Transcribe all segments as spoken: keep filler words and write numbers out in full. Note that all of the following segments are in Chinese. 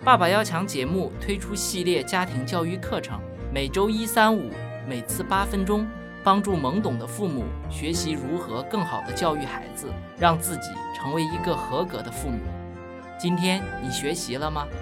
爸爸要强节目推出系列家庭教育课程，每周一、三、五，每次八分钟，帮助懵懂的父母学习如何更好地教育孩子，让自己成为一个合格的父母。今天你学习了吗？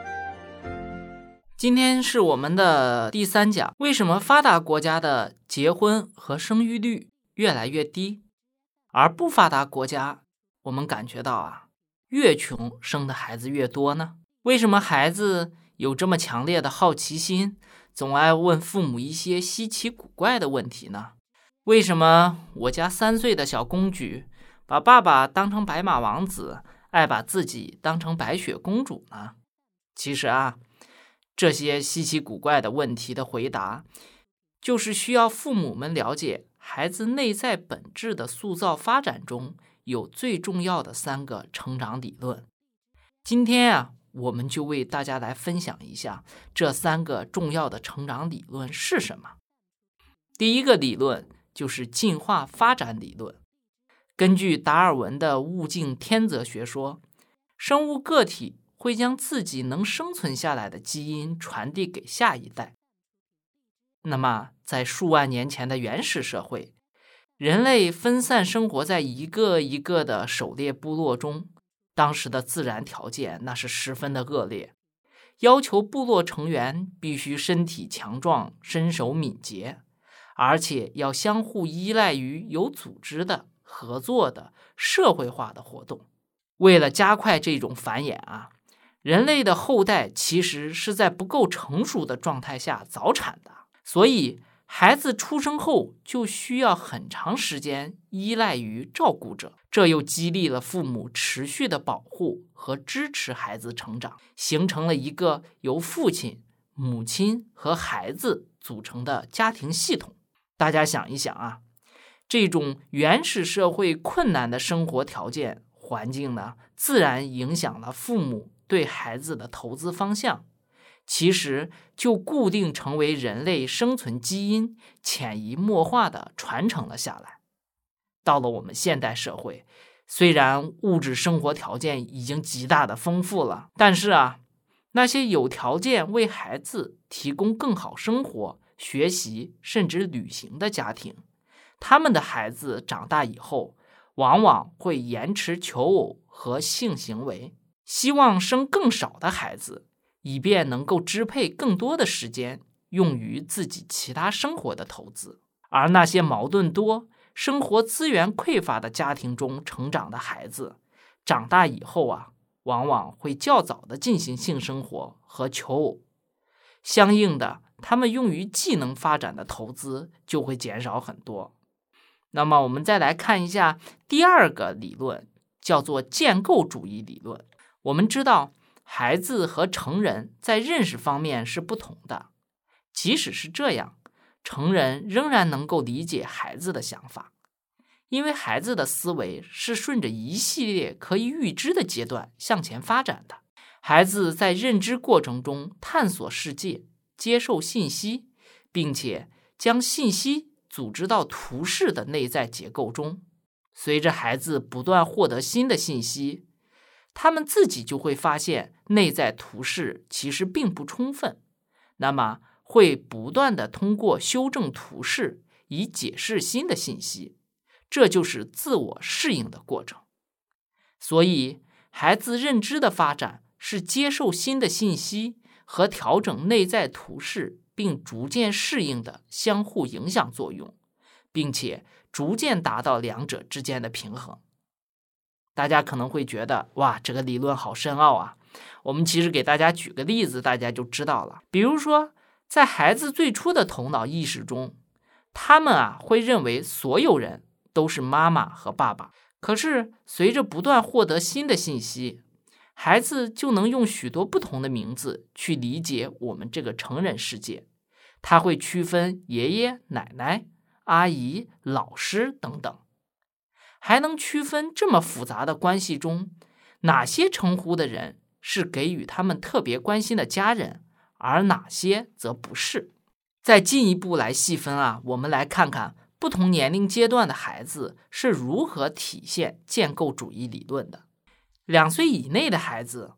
今天是我们的第三讲，为什么发达国家的结婚和生育率越来越低，而不发达国家我们感觉到啊，越穷生的孩子越多呢？为什么孩子有这么强烈的好奇心，总爱问父母一些稀奇古怪的问题呢？为什么我家三岁的小公举把爸爸当成白马王子，爱把自己当成白雪公主呢？其实啊，这些稀奇古怪的问题的回答，就是需要父母们了解孩子内在本质的塑造发展中有最重要的三个成长理论。今天啊，我们就为大家来分享一下这三个重要的成长理论是什么。第一个理论就是进化发展理论。根据达尔文的物竞天择学说，生物个体会将自己能生存下来的基因传递给下一代。那么在数万年前的原始社会，人类分散生活在一个一个的狩猎部落中，当时的自然条件那是十分的恶劣，要求部落成员必须身体强壮，身手敏捷，而且要相互依赖于有组织的、合作的、社会化的活动。为了加快这种繁衍啊，人类的后代其实是在不够成熟的状态下早产的，所以孩子出生后就需要很长时间依赖于照顾者，这又激励了父母持续的保护和支持孩子成长，形成了一个由父亲、母亲和孩子组成的家庭系统。大家想一想啊，这种原始社会困难的生活条件环境呢，自然影响了父母对孩子的投资方向，其实就固定成为人类生存基因潜移默化地传承了下来。到了我们现代社会，虽然物质生活条件已经极大的丰富了，但是啊，那些有条件为孩子提供更好生活、学习甚至旅行的家庭，他们的孩子长大以后，往往会延迟求偶和性行为，希望生更少的孩子，以便能够支配更多的时间用于自己其他生活的投资。而那些矛盾多、生活资源匮乏的家庭中成长的孩子，长大以后啊，往往会较早的进行性生活和求偶，相应的，他们用于技能发展的投资就会减少很多。那么我们再来看一下第二个理论，叫做建构主义理论。我们知道孩子和成人在认识方面是不同的，即使是这样，成人仍然能够理解孩子的想法，因为孩子的思维是顺着一系列可以预知的阶段向前发展的。孩子在认知过程中探索世界，接受信息，并且将信息组织到图示的内在结构中。随着孩子不断获得新的信息，他们自己就会发现内在图示其实并不充分，那么会不断的通过修正图示以解释新的信息，这就是自我适应的过程。所以孩子认知的发展是接受新的信息和调整内在图示并逐渐适应的相互影响作用，并且逐渐达到两者之间的平衡。大家可能会觉得，哇，这个理论好深奥啊。我们其实给大家举个例子，大家就知道了。比如说，在孩子最初的头脑意识中，他们啊会认为所有人都是妈妈和爸爸。可是随着不断获得新的信息，孩子就能用许多不同的名字去理解我们这个成人世界。他会区分爷爷、奶奶、阿姨、老师等等，还能区分这么复杂的关系中，哪些称呼的人是给予他们特别关心的家人，而哪些则不是。再进一步来细分啊，我们来看看不同年龄阶段的孩子是如何体现建构主义理论的。两岁以内的孩子，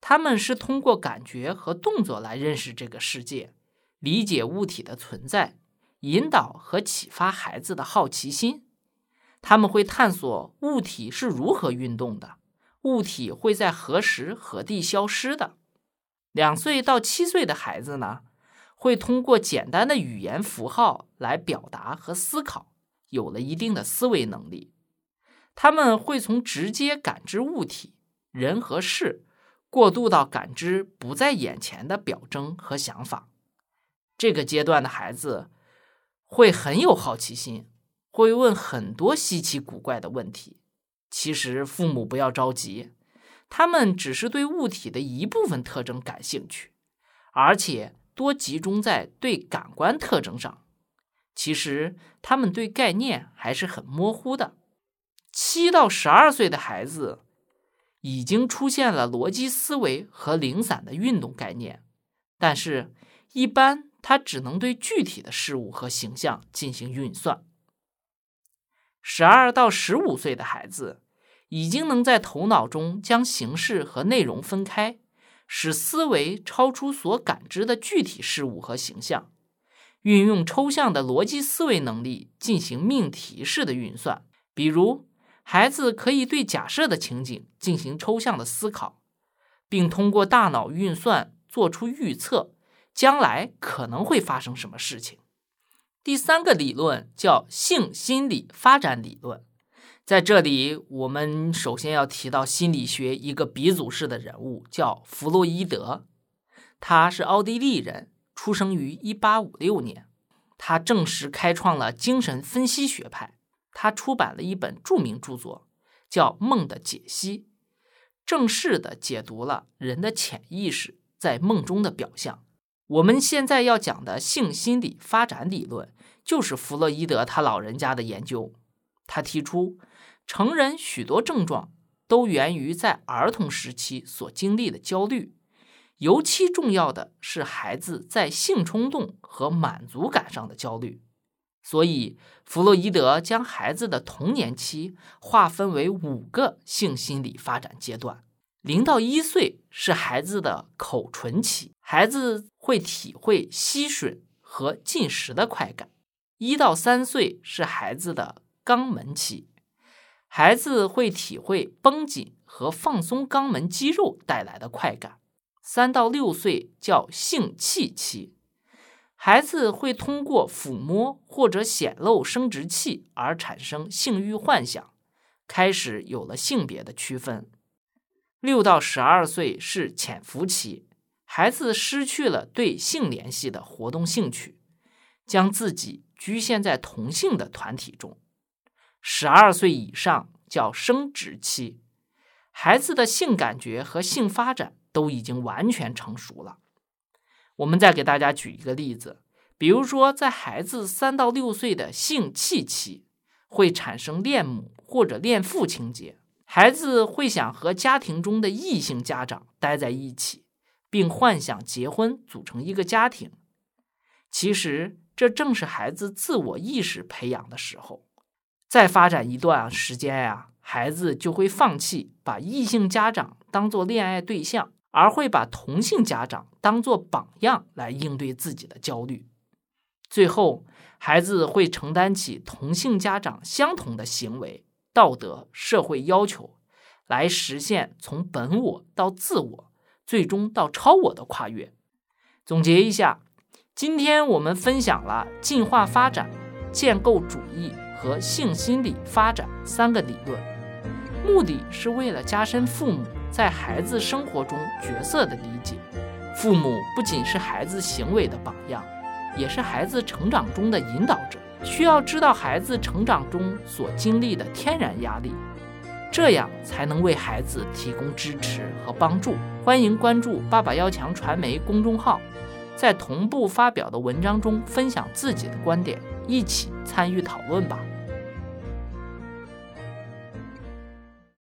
他们是通过感觉和动作来认识这个世界，理解物体的存在，引导和启发孩子的好奇心。他们会探索物体是如何运动的，物体会在何时何地消失的。两岁到七岁的孩子呢，会通过简单的语言符号来表达和思考，有了一定的思维能力。他们会从直接感知物体、人和事，过渡到感知不在眼前的表征和想法。这个阶段的孩子会很有好奇心，会问很多稀奇古怪的问题。其实父母不要着急，他们只是对物体的一部分特征感兴趣，而且多集中在对感官特征上。其实他们对概念还是很模糊的。七到十二岁的孩子已经出现了逻辑思维和零散的运动概念，但是一般他只能对具体的事物和形象进行运算。十二到十五岁的孩子已经能在头脑中将形式和内容分开，使思维超出所感知的具体事物和形象，运用抽象的逻辑思维能力进行命题式的运算。比如孩子可以对假设的情景进行抽象的思考，并通过大脑运算做出预测，将来可能会发生什么事情。第三个理论叫性心理发展理论。在这里我们首先要提到心理学一个鼻祖式的人物，叫弗洛伊德。他是奥地利人，出生于一八五六年。他正式开创了精神分析学派。他出版了一本著名著作，叫《梦的解析》，正式地解读了人的潜意识在梦中的表象。我们现在要讲的性心理发展理论，就是弗洛伊德他老人家的研究。他提出，成人许多症状都源于在儿童时期所经历的焦虑，尤其重要的是孩子在性冲动和满足感上的焦虑。所以弗洛伊德将孩子的童年期划分为五个性心理发展阶段。零到一岁是孩子的口唇期，孩子会体会吸吮和进食的快感。一到三岁是孩子的肛门期，孩子会体会绷紧和放松肛门肌肉带来的快感。三到六岁叫性器期，孩子会通过抚摸或者显露生殖器而产生性欲幻想，开始有了性别的区分。六到十二岁是潜伏期，孩子失去了对性联系的活动兴趣，将自己局限在同性的团体中。十二岁以上叫生殖期，孩子的性感觉和性发展都已经完全成熟了。我们再给大家举一个例子，比如说在孩子三到六岁的性器期，会产生恋母或者恋父情节，孩子会想和家庭中的异性家长待在一起，并幻想结婚组成一个家庭。其实这正是孩子自我意识培养的时候。再发展一段时间呀、啊，孩子就会放弃把异性家长当作恋爱对象，而会把同性家长当作榜样来应对自己的焦虑。最后，孩子会承担起同性家长相同的行为、道德、社会要求，来实现从本我到自我，最终到超我的跨越。总结一下，今天我们分享了进化发展、建构主义和性心理发展三个理论，目的是为了加深父母在孩子生活中角色的理解。父母不仅是孩子行为的榜样，也是孩子成长中的引导者，需要知道孩子成长中所经历的天然压力，这样才能为孩子提供支持和帮助。欢迎关注爸爸要强传媒公众号，在同步发表的文章中分享自己的观点，一起参与讨论吧。